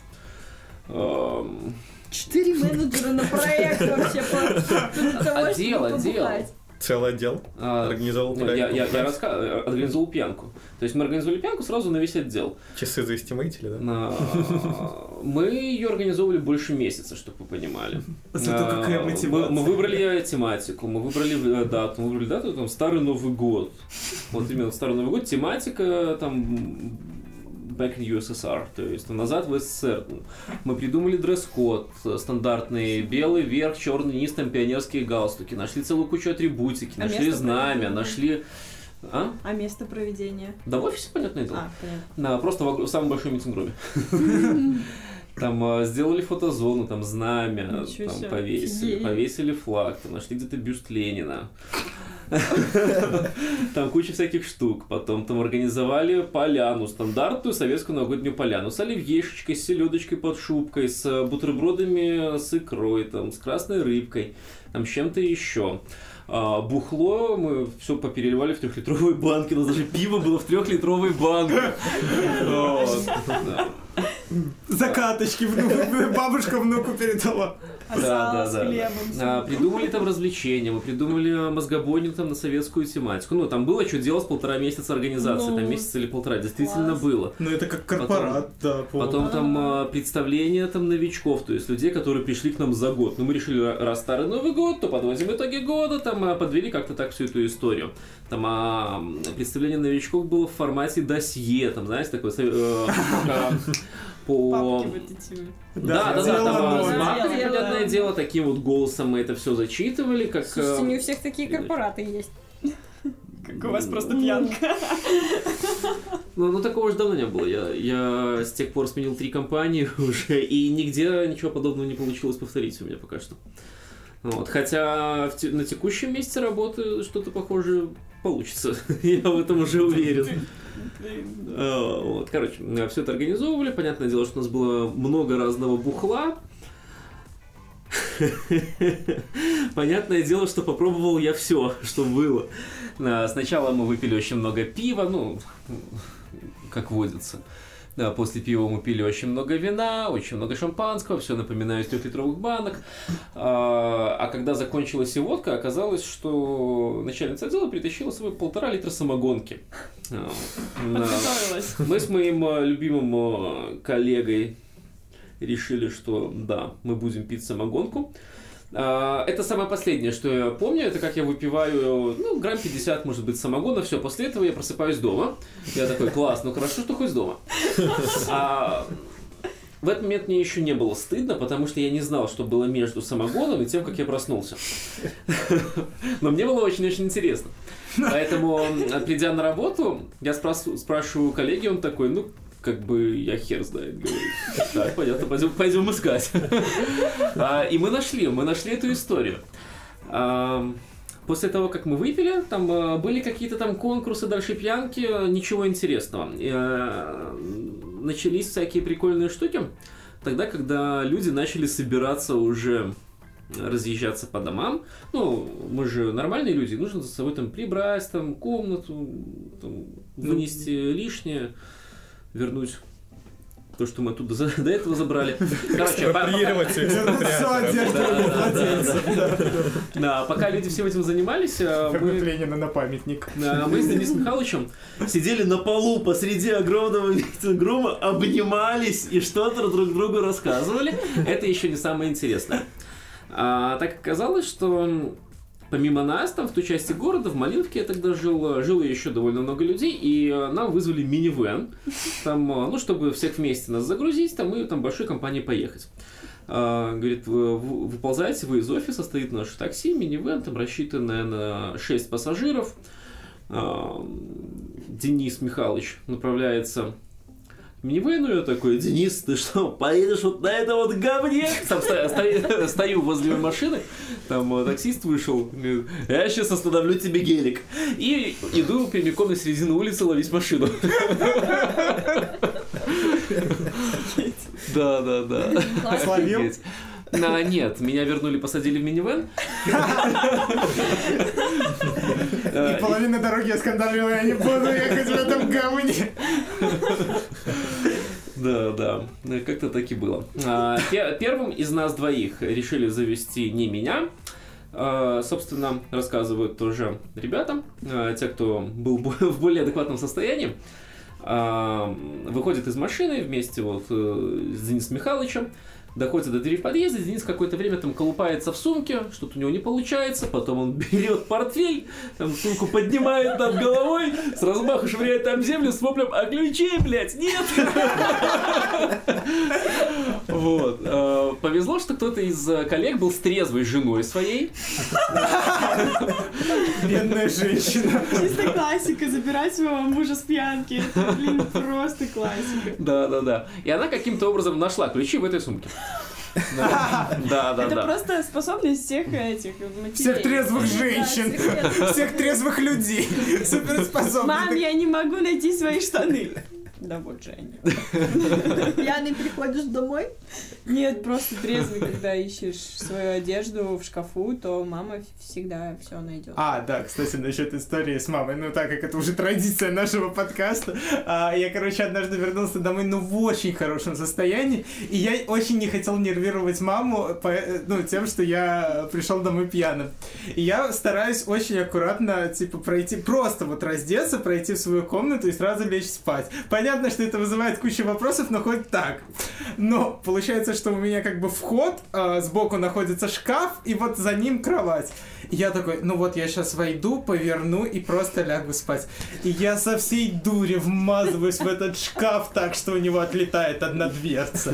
Четыре менеджера на проект вообще. Отдел, отдел. Целый отдел а, организовал проект. Я, я, я раска... организовал пьянку. То есть мы организовали пьянку сразу на весь отдел. Часы заэстимейтили, да? Мы ее организовывали больше месяца, чтобы вы понимали. Зато какая мотивация. Мы выбрали тематику, мы выбрали дату, мы выбрали дату, там, Старый Новый год. Вот именно Старый Новый год, тематика, там... Back in ю эс эс ар, то есть назад в СССР. Мы придумали дресс-код стандартный, белый верх, черный низ, там пионерские галстуки, нашли целую кучу атрибутики, а нашли знамя, нашли... А? А место проведения? Да в офисе, понятное дело. А, понятно. Да, просто в, в самом большом митинг-руме. Там э, сделали фотозону, там знамя, там повесили, повесили флаг, там нашли где-то бюст Ленина. Там куча всяких штук. Потом там организовали поляну, стандартную советскую новогоднюю поляну с оливьешечкой, с селедочкой под шубкой, с бутербродами с икрой, там, с красной рыбкой, там, с чем-то еще. А, бухло мы все попереливали в трехлитровые банки. У нас даже пиво было в трехлитровой банке. Закаточки бабушка внуку передала. Да, да, да. Придумали там развлечения, мы придумали мозгобойню там на советскую тематику. Ну, там было что делать с полтора месяца организации, там месяц или полтора, действительно было. Ну, это как корпорат, да. Потом там представление там новичков, то есть людей, которые пришли к нам за год. Ну, мы решили, раз Старый Новый год, то подводим итоги года, там подвели как-то так всю эту историю. Там представление новичков было в формате досье, там, знаете, такой... По... Папки вот эти. Да, да, да, там с бабками, понятное дело, таким вот голосом мы это все зачитывали, как... Слушайте, не у всех такие корпораты есть. Как у вас просто пьянка. Ну, ну такого же давно не было. Я, я с тех пор сменил три компании уже, и нигде ничего подобного не получилось повторить у меня пока что. Вот. Хотя в те, на текущем месте работы что-то похожее получится. Я в этом уже уверен. Вот. Короче, все это организовывали. Понятное дело, что у нас было много разного бухла. Понятное дело, что попробовал я все, что было. Сначала мы выпили очень много пива, ну, как водится. Да, после пива мы пили очень много вина, очень много шампанского, все напоминаю из трехлитровых банок. А, а когда закончилась и водка, оказалось, что начальница отдела притащила с собой полтора литра самогонки. Подготовилась. Мы с моим любимым коллегой решили, что да, мы будем пить самогонку. Это самое последнее, что я помню, это как я выпиваю, ну, грамм пятьдесят, может быть, самогона, все, после этого я просыпаюсь дома. Я такой, класс, ну хорошо, что хоть дома. А в этот момент мне еще не было стыдно, потому что я не знал, что было между самогоном и тем, как я проснулся. Но мне было очень-очень интересно. Поэтому, придя на работу, я спрашиваю, спрашиваю коллеги, он такой, ну, как бы я хер знает, говорит. Так, понятно, пойдем, пойдем искать. А, и мы нашли, мы нашли эту историю. А, после того, как мы выпили, там а, были какие-то там конкурсы, дальше пьянки, ничего интересного. И, а, начались всякие прикольные штуки, тогда, когда люди начали собираться уже разъезжаться по домам. Ну, мы же нормальные люди, нужно за собой там прибрать, там, комнату, там, вынести лишнее, вернуть то, что мы оттуда за, до этого забрали. Короче, да, пока люди всем этим занимались, мы Ленина на памятник. Мы с Денисом Михайловичем сидели на полу посреди огромного митинг-рума, обнимались и что-то друг другу рассказывали. Это еще не самое интересное. А, так оказалось, что помимо нас, там в той части города, в Малиновке я тогда жил, жило еще довольно много людей, и нам вызвали минивэн, там, ну, чтобы всех вместе нас загрузить, там, и там большой компанией поехать. А, говорит, вы, вы, выползаете вы из офиса, стоит наше такси, минивэн, там рассчитанное на шесть пассажиров. А, Денис Михайлович направляется минивэну, я такой, Денис, ты что, поедешь вот на это вот говне? Там сто, сто, стою возле машины, там таксист вышел, говорит, я сейчас остановлю тебе гелик. И иду прямиком на середину улицы ловить машину. Да, да, да. Словил? А, нет, меня вернули, посадили в минивэн. И половина дороги я скандалил, я не буду ехать в этом говне. Да, да, как-то так и было. А, первым из нас двоих решили завести не меня. А, собственно, рассказывают тоже ребята, а, те, кто был в более адекватном состоянии. А, выходят из машины вместе вот с Денисом Михайловичем. Доходит до двери в подъезде, Денис какое-то время там колупается в сумке, что-то у него не получается, потом он берет портфель, там сумку поднимает над головой, с размаху швыряет там землю с воплем, а ключей, блядь, нет! Вот. Повезло, что кто-то из коллег был с трезвой женой своей. Бедная женщина. Чисто классика, забирать своего мужа с пьянки. Это, блин, просто классика. Да, да, да. И она каким-то образом нашла ключи в этой сумке. Да, да, да. Это просто способность всех этих матерей. Всех трезвых женщин. Всех трезвых людей. Суперспособность. Мам, я не могу найти свои штаны. Да вот же они. Пьяный приходишь домой? Нет, просто трезвый, когда ищешь свою одежду в шкафу, то мама всегда все найдет. А, да, кстати, насчет истории с мамой. Ну, так как это уже традиция нашего подкаста, а, я, короче, однажды вернулся домой, ну, в очень хорошем состоянии, и я очень не хотел нервировать маму, по, ну, тем, что я пришел домой пьяным. И я стараюсь очень аккуратно, типа, пройти, просто вот раздеться, пройти в свою комнату и сразу лечь спать. Понятно, что это вызывает кучу вопросов, но хоть так. Но получается, что у меня как бы вход, э, сбоку находится шкаф, и вот за ним кровать. И я такой, ну вот я сейчас войду, поверну и просто лягу спать. И я со всей дури вмазываюсь в этот шкаф так, что у него отлетает одна дверца.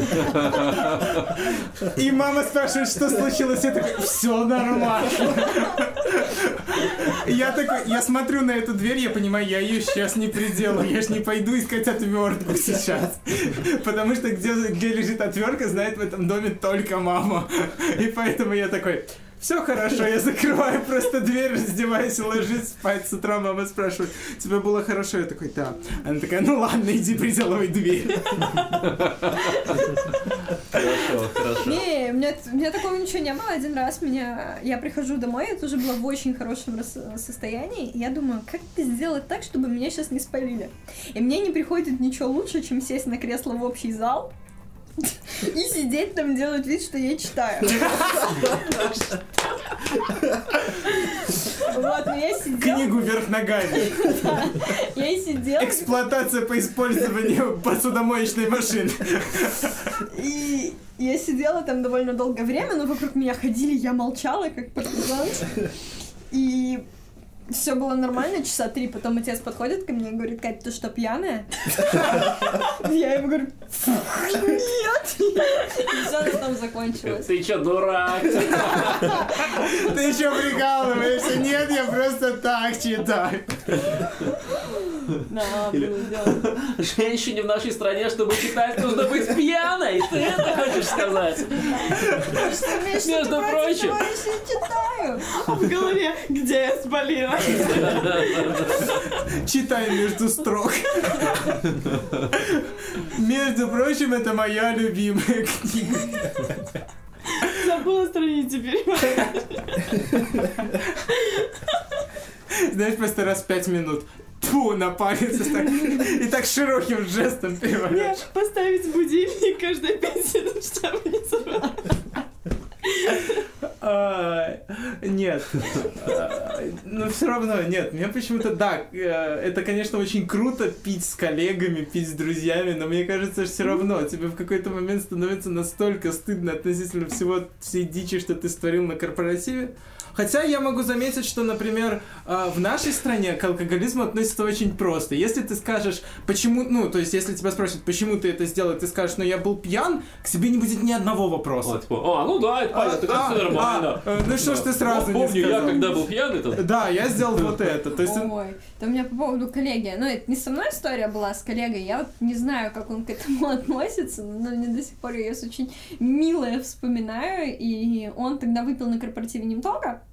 И мама спрашивает, что случилось. Я такой, все нормально. И я такой, я смотрю на эту дверь, я понимаю, я ее сейчас не приделаю. Я ж не пойду искать отвертку сейчас. Потому что где, где лежит отвертка, знает в этом доме только мама. И поэтому я такой... Все хорошо, я закрываю просто дверь, раздеваюсь и ложусь спать. С утра мама спрашивает, тебе было хорошо? Я такой, да. Она такая, ну ладно, иди приделывай дверь. Хорошо. О, хорошо. Не, у меня, у меня такого ничего не было. Один раз меня, я прихожу домой, я тоже была в очень хорошем рас- состоянии, и я думаю, как это сделать так, чтобы меня сейчас не спалили. И мне не приходит ничего лучше, чем сесть на кресло в общий зал и сидеть там, делать вид, что я читаю. Вот, но я сидела... Книгу вверх ногами. Да, я сидела... Эксплуатация по использованию посудомоечной машины. И я сидела там довольно долгое время, но вокруг меня ходили, я молчала, как партизан. И все было нормально, часа три, потом отец подходит ко мне и говорит: Кать, ты что, пьяная? Я ему говорю: нет! И все на том закончилось. Ты чё, дурак? Ты еще прикалываешься? Нет, я просто так читаю. Да, Или- было дело. Женщине в нашей стране, чтобы читать, нужно быть пьяной. Ты это хочешь сказать? Между прочим. Я читаю. В голове, где я спалила? Читай между строк. Между прочим, это моя любимая книга. Забыла страницу перемотать. Знаешь, просто раз в пять минут. Тьфу, на палец и так, и так широким жестом переводишь. Нет, поставить будильник каждые пять минут, чтобы не забрать. А, Нет. А, Но все равно, нет. Мне почему-то, да, э, это, конечно, очень круто пить с коллегами, пить с друзьями, но мне кажется, все равно тебе в какой-то момент становится настолько стыдно относительно всего, всей дичи, что ты створил на корпоративе. Хотя я могу заметить, что, например, в нашей стране к алкоголизму относится очень просто. Если ты скажешь, почему, ну, то есть, если тебя спросят, почему ты это сделал, ты скажешь, ну, я был пьян, к себе не будет ни одного вопроса. Вот, типа, а, ну да, это понятно, А, это все нормально. а, ну что ж ты сразу Ну, не помню, сказал? я когда был пьяный, то... Да, я сделал вот это. То есть, Ой, да у меня по поводу коллеги, ну это не со мной история была, с коллегой, я вот не знаю, как он к этому относится, но мне до сих пор ее очень милое вспоминаю, и он тогда выпил на корпоративе немного,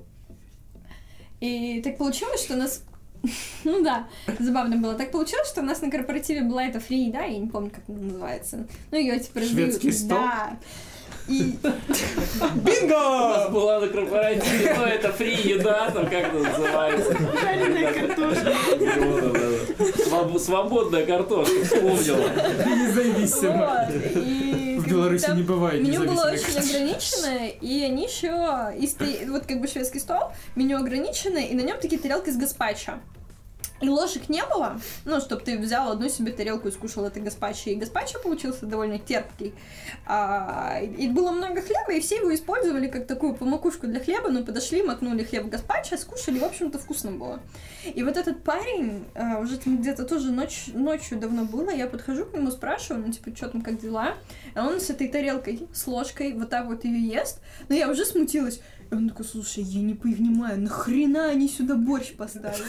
и так получилось, что у нас, ну да, забавно было, так получилось, что у нас на корпоративе была эта фри еда, я не помню, как она называется, ну ее типа раздают. Шведский стол? Да. И... У нас бинго! была на корпоративе, ну это фри еда, там как это называется? Жареная картошка. Своб- Свободная картошка, вспомнила. Независимо. Вот, и В как Беларуси бы там не бывает меню было независимой очень картошки. ограниченное, и они еще, и сто- вот как бы шведский стол, меню ограниченное, и на нем такие тарелки с гаспачо. И ложек не было, ну, чтобы ты взял одну себе тарелку и скушал это гаспачо. И гаспачо получился довольно терпкий. А, и было много хлеба, и все его использовали как такую помакушку для хлеба. Ну, подошли, макнули хлеб в гаспачо, скушали, в общем-то, вкусно было. И вот этот парень, а, уже там где-то тоже ночь, ночью давно было, я подхожу к нему, спрашиваю, ну, типа, что там, как дела? А он с этой тарелкой, с ложкой, вот так вот ее ест. Но я уже смутилась. И он такой: слушай, я не понимаю, нахрена они сюда борщ поставили?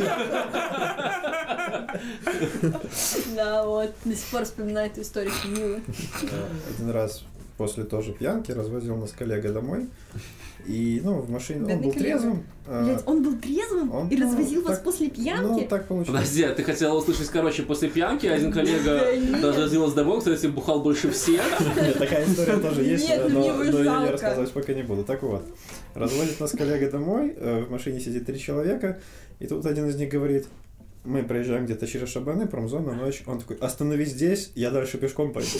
Да, вот, до сих пор вспоминаю эту историю, мило. Один раз после тоже пьянки развозил нас коллега домой. И, ну, в машине он Бедный был коллега. трезвым. а, Блять, он был трезвым он, и ну, развозил вас так- после Ну, пьянки? так получилось. Подожди, а ты хотела услышать, короче, после пьянки один коллега Да нет. даже развел нас домой, кстати, бухал больше всех. Нет, такая история тоже есть, Нет, но, мне его но я жалко. рассказывать пока не буду. Так вот, разводит нас коллега домой, э, в машине сидит три человека, и тут один из них говорит: мы проезжаем где-то через Шабаны, промзона, ночь. Он такой: остановись здесь, я дальше пешком пойду.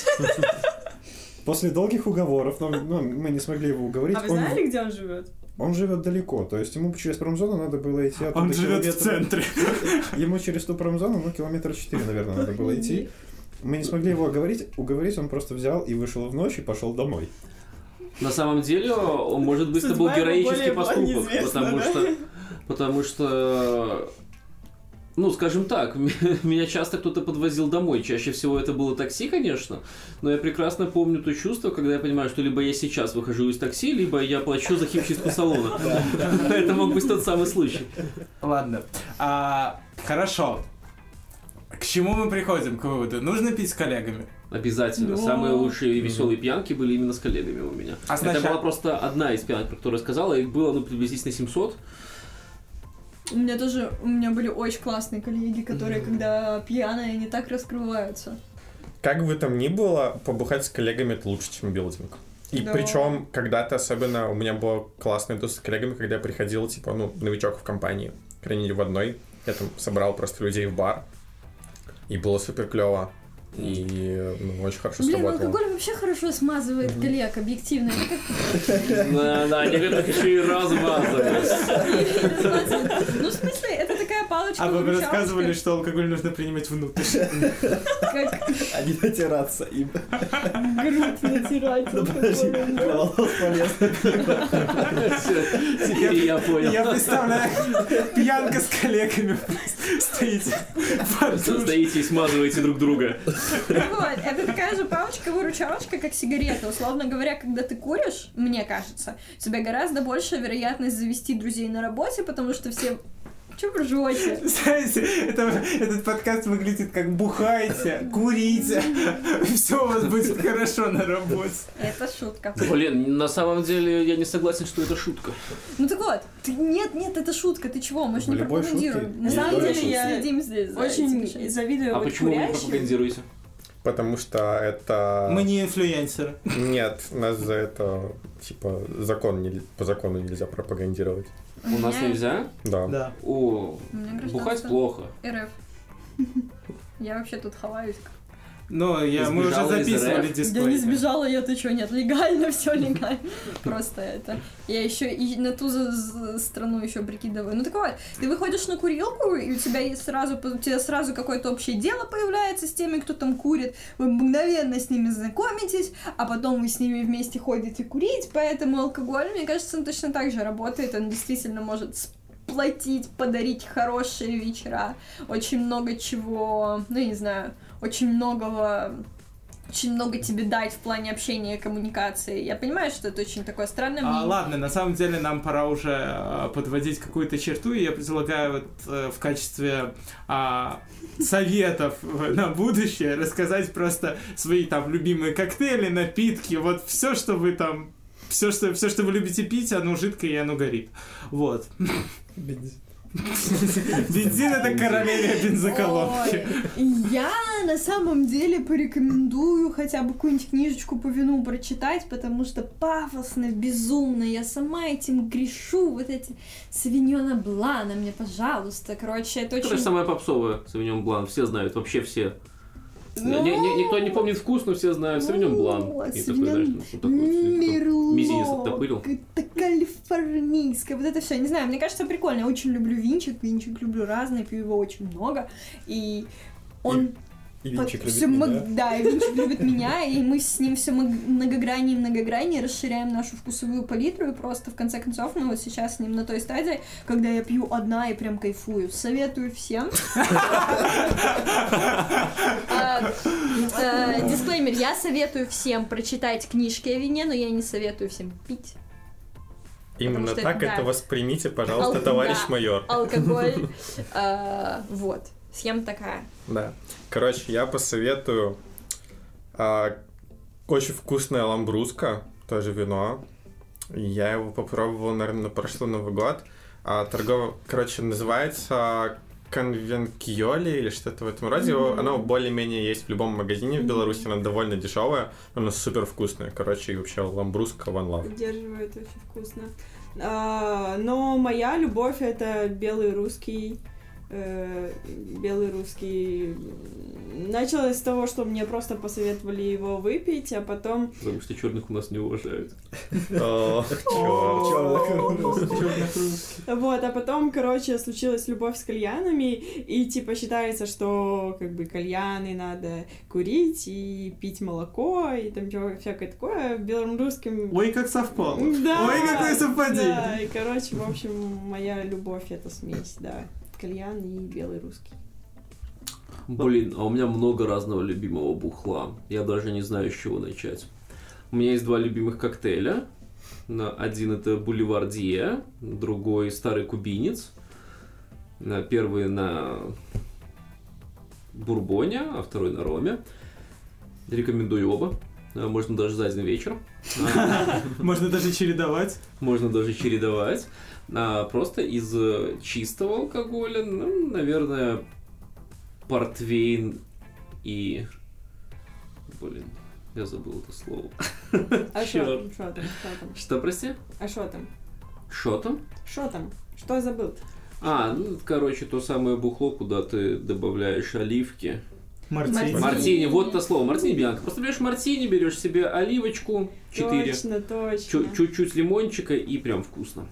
После долгих уговоров, но, ну, мы не смогли его уговорить. А вы он, знали, где он живет? он живет далеко, то есть ему через промзону надо было идти оттуда Он живет в километра- центре. Ему через ту промзону, ну, километра четыре, наверное, надо было идти. Мы не смогли его уговорить, уговорить, он просто взял и вышел в ночь и пошел домой. На самом деле, он, может быть, это был Судьба его героический более была поступок, неизвестна, потому да? что, потому что, ну, скажем так, м- меня часто кто-то подвозил домой. Чаще всего это было такси, конечно, но я прекрасно помню то чувство, когда я понимаю, что либо я сейчас выхожу из такси, либо я плачу за химчистку салона. Это мог быть тот самый случай. Ладно. А, хорошо. К чему мы приходим? К выводу. Нужно пить с коллегами. Обязательно. Да. Самые лучшие и веселые пьянки были именно с коллегами у меня. А Это сначала- была просто одна из пьянок, про которую я сказала. Их было, ну, приблизительно семьсот. У меня тоже, у меня были очень классные коллеги, которые, когда пьяные, они так раскрываются. как бы там ни было, побухать с коллегами это лучше, чем билдинг. И Да. причем когда-то особенно у меня было классное туз с коллегами, когда я приходил, типа, ну, новичок в компании, по крайней мере, в одной. Я там собрал просто людей в бар, и было супер клево. И ну, очень хорошо Блин, сработало. алкоголь вообще хорошо смазывает коллег, объективно. Это как... Да, да, некоторых еще и размазывают. Ну, в смысле, это такая палочка. А вы бы выручалочка, рассказывали, что алкоголь нужно принимать внутрь. как А не натираться им. грудь натирать. Ну, подожди, волос полезно. Теперь я понял. Я представляю, пьянка с коллегами. Стоите в баре. Стоите и смазываете друг друга. Вот, это такая же палочка-выручалочка, как сигарета. Условно говоря, когда ты куришь, мне кажется, у тебя гораздо большая вероятность завести друзей на работе, потому что все... Чё вы ржёте? Знаете, это, этот подкаст выглядит как бухайте, курите, все у вас будет хорошо на работе. Это шутка. Блин, на самом деле я не согласен, что это шутка. Ну так вот, ты, нет, нет, это шутка, ты чего? Мы же В не любой пропагандируем. шутке На есть самом доля деле шутки. я следим здесь за этими Очень вещами. завидую А вот почему вы не курящим. пропагандируете? Потому что это... Мы не инфлюенсеры. Нет, нас за это, типа, закон не... по закону нельзя пропагандировать. У нас меня- нельзя? Да. Да. О, У меня гражданство бухать плохо. РФ. Я вообще тут хаваюсь. Но я, мы уже Сбежала из записывали РФ? дисплей. Я не сбежала, я-то что, нет, легально, все легально. Просто это. Я еще и на ту за- за страну еще прикидываю. Ну так вот, ты выходишь на курилку, и у тебя есть сразу, у тебя сразу какое-то общее дело появляется с теми, кто там курит. Вы мгновенно с ними знакомитесь, а потом вы с ними вместе ходите курить, поэтому алкоголь, мне кажется, он точно так же работает, он действительно может сплотить, подарить хорошие вечера, очень много чего, ну, я не знаю, очень многого, очень много тебе дать в плане общения и коммуникации. Я понимаю, что это очень такое странное А, мнение. ладно, на самом деле нам пора уже э, подводить какую-то черту, и я предлагаю вот, э, в качестве а, советов на будущее рассказать просто свои там любимые коктейли, напитки, вот все, что вы там, все, что, все, что вы любите пить, оно жидкое и оно горит. Вот. Бензин — это королева бензоколонки. Ой, я на самом деле порекомендую хотя бы какую-нибудь книжечку по вину прочитать, потому что пафосно, безумно, я сама этим грешу, вот эти Савиньона Блана мне, пожалуйста, короче, это Это же очень... самая попсовая Савиньон Блан, все знают, вообще все. Ну, Ни- ни- никто не помнит вкус, но все знают Савиньон Блан. И такой, знаешь, ну, вот такой вот, Мерлот, мизинец оттопырил. это калифорнийское, вот это все, не знаю, мне кажется, прикольно, я очень люблю винчик, винчик люблю разный, пью его очень много, и он... И Винчик любит Всё меня. мог- Да, и Винчик любит меня, и мы с ним все многограннее и многограннее расширяем нашу вкусовую палитру, и просто в конце концов мы вот сейчас с ним на той стадии, когда я пью одна и прям кайфую. Советую всем. А, э, Дисклеймер, я советую всем прочитать книжки о вине, но я не советую всем пить. Именно что так это- это да. воспримите, пожалуйста, Ал- товарищ да. майор. Алкоголь. э, Вот. Схема такая. Да. Короче, я посоветую а, очень вкусное ламбруско, тоже вино. Я его попробовал, наверное, на прошлый Новый год. А, торгово... Короче, называется Конвенкьоли или что-то в этом роде. Его- Оно более-менее есть в любом магазине в Беларуси, оно довольно дешевое, но оно супер вкусное. Короче, и вообще ламбруско one love. Поддерживает, очень вкусно. А, но моя любовь — это белый русский. э, белый русский. Началось с того, что мне просто посоветовали его выпить, а потом... Потому что черных у нас не уважают. Ох, чёрт. Вот, а потом, короче, случилась любовь с кальянами, и типа считается, что как бы кальяны надо курить и пить молоко, и там чё- всякое такое. Белорусским... Ой, как совпало. Да, Ой, какое совпадение. Да, и, короче, в общем, моя любовь — это смесь, да. Кальян и белый русский. Блин, а у меня много разного любимого бухла. Я даже не знаю, с чего начать. У меня есть два любимых коктейля. На- Один это Бульвардье, другой Старый Кубинец. На- Первый на бурбоне, а второй на роме. Рекомендую оба. А, Можно даже за один вечер. А, Можно даже чередовать. Можно даже чередовать. А, Просто из э, чистого алкоголя, ну, наверное, портвейн и Блин, я забыл это слово. А что Чёрт. там, что там, что там? Что, прости? А что там? Что там? Что там? Что забыл? А, ну, короче, то самое бухло, куда ты добавляешь оливки. Мартини. Мартини. Мартини, вот это слово, мартини Бианка. Просто берешь мартини, берешь себе оливочку, четыре, Точно, точно. чу- чуть-чуть лимончика и прям вкусно.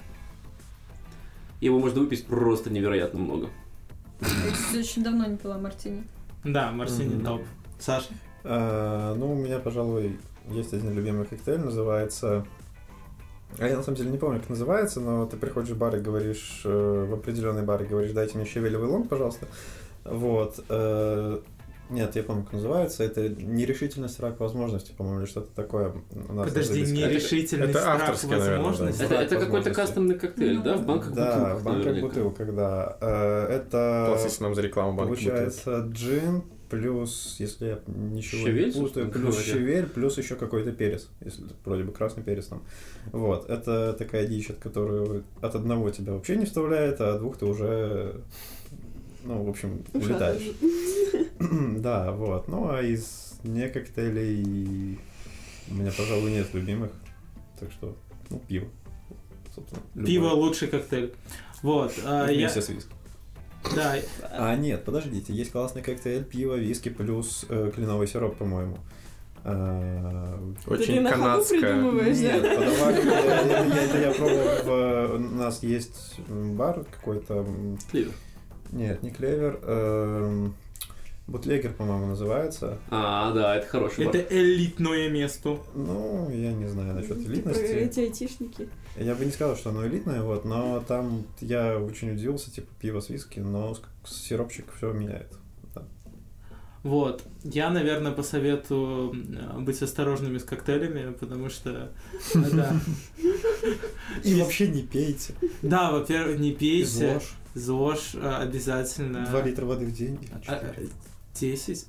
Его можно выпить просто невероятно много. Я, кстати, очень давно не пила мартини. Да, мартини Мгм. топ. Саша? А, ну, у меня, пожалуй, есть один любимый коктейль, называется... А я на самом деле не помню, как называется, но ты приходишь в бар и говоришь, э, в определенный бар и говоришь, дайте мне щавелевый лонг, пожалуйста. Вот. э, Нет, я помню, как называется. Это нерешительность, рак возможностей, по-моему, или что-то такое. У нас Подожди, даже без- нерешительность, Это страх, авторский, наверное, возможность. Это, это какой-то возможности. кастомный коктейль, да? В банках Да, бутылках в банках наверняка. бутылках, да. Э, Это... Платите нам за рекламу банка бутылки. Получается джин плюс, если я ничего Щавель, не путаю, собственно плюс говоря. щавель, плюс еще какой-то перец, если вроде бы красный перец там. Вот, это такая дичь, от которой от одного тебя вообще не вставляет, а от двух ты уже, ну, в общем, улетаешь. Да, вот. Ну, а из не коктейлей у меня, пожалуй, нет любимых, так что, ну, пиво. Собственно, Пиво любое. лучший коктейль. Вот. а, я... Вместе с виски. Да, А, нет, подождите, есть классный коктейль, пиво, виски плюс э, кленовый сироп, по-моему. А, Это ты Очень на ходу канадская. придумываешь, Нет, да? подавали, это я- это я пробовал, в- у нас есть бар какой-то, м, Клевер. нет, не клевер, эм, бутлегер, по-моему, называется. А, да, это хороший бар. это элитное место. Ну, я не знаю насчет Типа элитности. эти айтишники. Я бы не сказал, что оно элитное, вот, но там я очень удивился, типа пиво с виски, но с- сиропчик все меняет. Да. Вот. Я, наверное, посоветую э, быть осторожными с коктейлями, потому что... э, Да, И вообще не пейте. Да, во-первых, не пейте. ЗОЖ. ЗОЖ э, обязательно. Два литра воды в день. А чё А, ты? э, десять.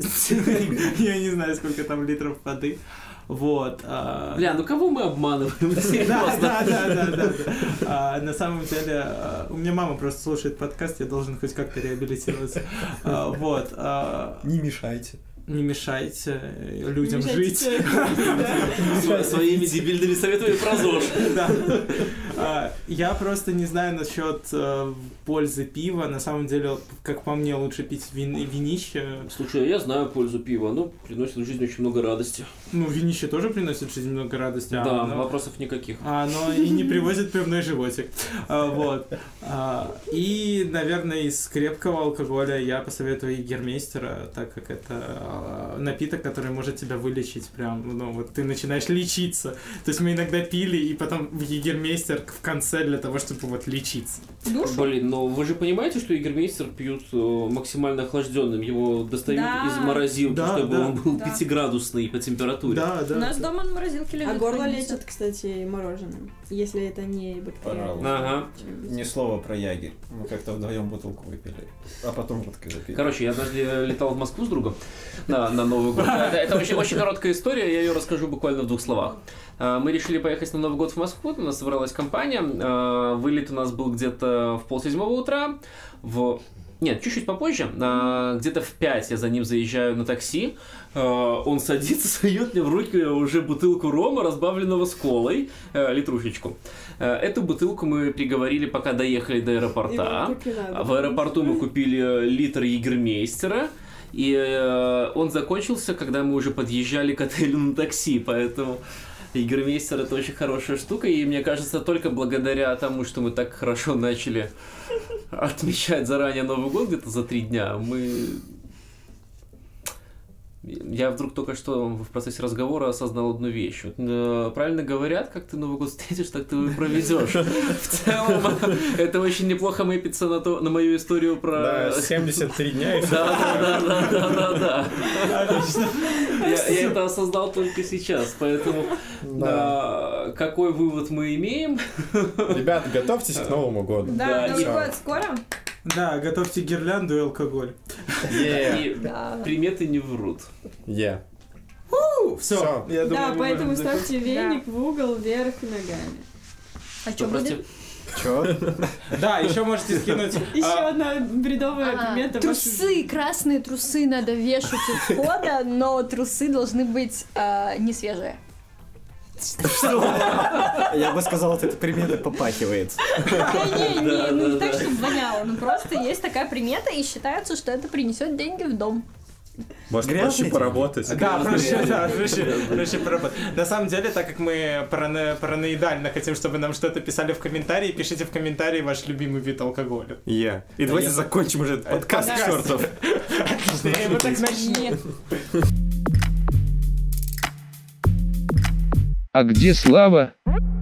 Я не знаю, сколько там литров воды. Вот. а, Бля, ну кого мы обманываем? Да, Серьезно. да, да, да, да. да. А, на самом деле, а, у меня мама просто слушает подкаст, я должен хоть как-то реабилитироваться. А, вот. а, Не мешайте. не мешайте людям Не жить. мешайте Сво- Своими дебильными советами про ЗОЖ. Да. А, Я просто не знаю насчет э, пользы пива. На самом деле, как по мне, лучше пить вин- винище. Слушай, я знаю пользу пива, оно приносит в жизнь очень много радости. Ну, винище тоже приносит в жизнь много радости. а Да, оно- вопросов никаких. А оно и не привозит пивной животик. А, Вот. А, И, наверное, из крепкого алкоголя я посоветую Егермейстера, так как это а, напиток, который может тебя вылечить прям, ну, вот ты начинаешь лечиться. То есть мы иногда пили, и потом в Егермейстер в конце для того, чтобы вот лечиться. Душу? Блин, но вы же понимаете, что Егермейстер пьют э, максимально охлажденным, его достают Да. из морозилки, Да, чтобы да. он был Да. пятиградусный по температуре. Да, У да. нас дома на морозилке лежит. А горло хранится. лечит, кстати, мороженым, если это не бактериальное. Пожалуйста. Ага. что-нибудь. Ни слова про ягерь. Мы как-то вдвоем бутылку выпили. А потом водкой запили. Короче, я однажды летал в Москву с другом на, на Новый год. Это, это очень, очень короткая история, я ее расскажу буквально в двух словах. А, Мы решили поехать на Новый год в Москву, у нас собралась компания. А, Вылет у нас был где-то в полседьмого утра. В... Нет, чуть-чуть попозже. А, Где-то в пять я за ним заезжаю на такси. А, Он садится, сует мне в руки уже бутылку рома, разбавленного с колой, э, литрушечку. Э, Эту бутылку мы приговорили, пока доехали до И аэропорта. вот так и надо. В аэропорту мы купили литр Егермейстера, и э, он закончился, когда мы уже подъезжали к отелю на такси, поэтому Егермейстер это очень хорошая штука, и мне кажется, только благодаря тому, что мы так хорошо начали отмечать заранее Новый год, где-то за три дня, мы... Я вдруг только что в процессе разговора осознал одну вещь. Вот, э, правильно говорят, как ты Новый год встретишь, так ты его и проведешь. В целом, это очень неплохо мэпится на, то, на мою историю про... Да, семьдесят три дня и всё. Да, да, да, да, да, да. Я, я это осознал только сейчас, поэтому да, какой вывод мы имеем? Ребят, готовьтесь к Новому году. Да, Да, Новый и- год скоро? Да, готовьте гирлянду и алкоголь. Е, И Да. приметы не врут. е. Все, Всё. я думаю, Да, мы поэтому можем ставьте веник в угол вверх ногами. А Что, что прости? будет? Чё? Да, еще можете скинуть... Еще а, одна бредовая А, примета. Трусы, красные трусы надо вешать у входа, но трусы должны быть а, не свежие. Я бы сказал, вот эта примета попахивает. Не-не-не, ну не так, чтобы воняло, ну просто есть такая примета, и считается, что это принесет деньги в дом. Может, Грязные проще деньги. поработать. Да, проще, да, проще, проще поработать. На самом деле, так как мы парано- параноидально хотим, чтобы нам что-то писали в комментарии, пишите в комментарии ваш любимый вид алкоголя. Я. И давайте я- закончим уже этот подкаст, Подкаст. чертов. Отлично, я его так начну. Нет. А где Слава?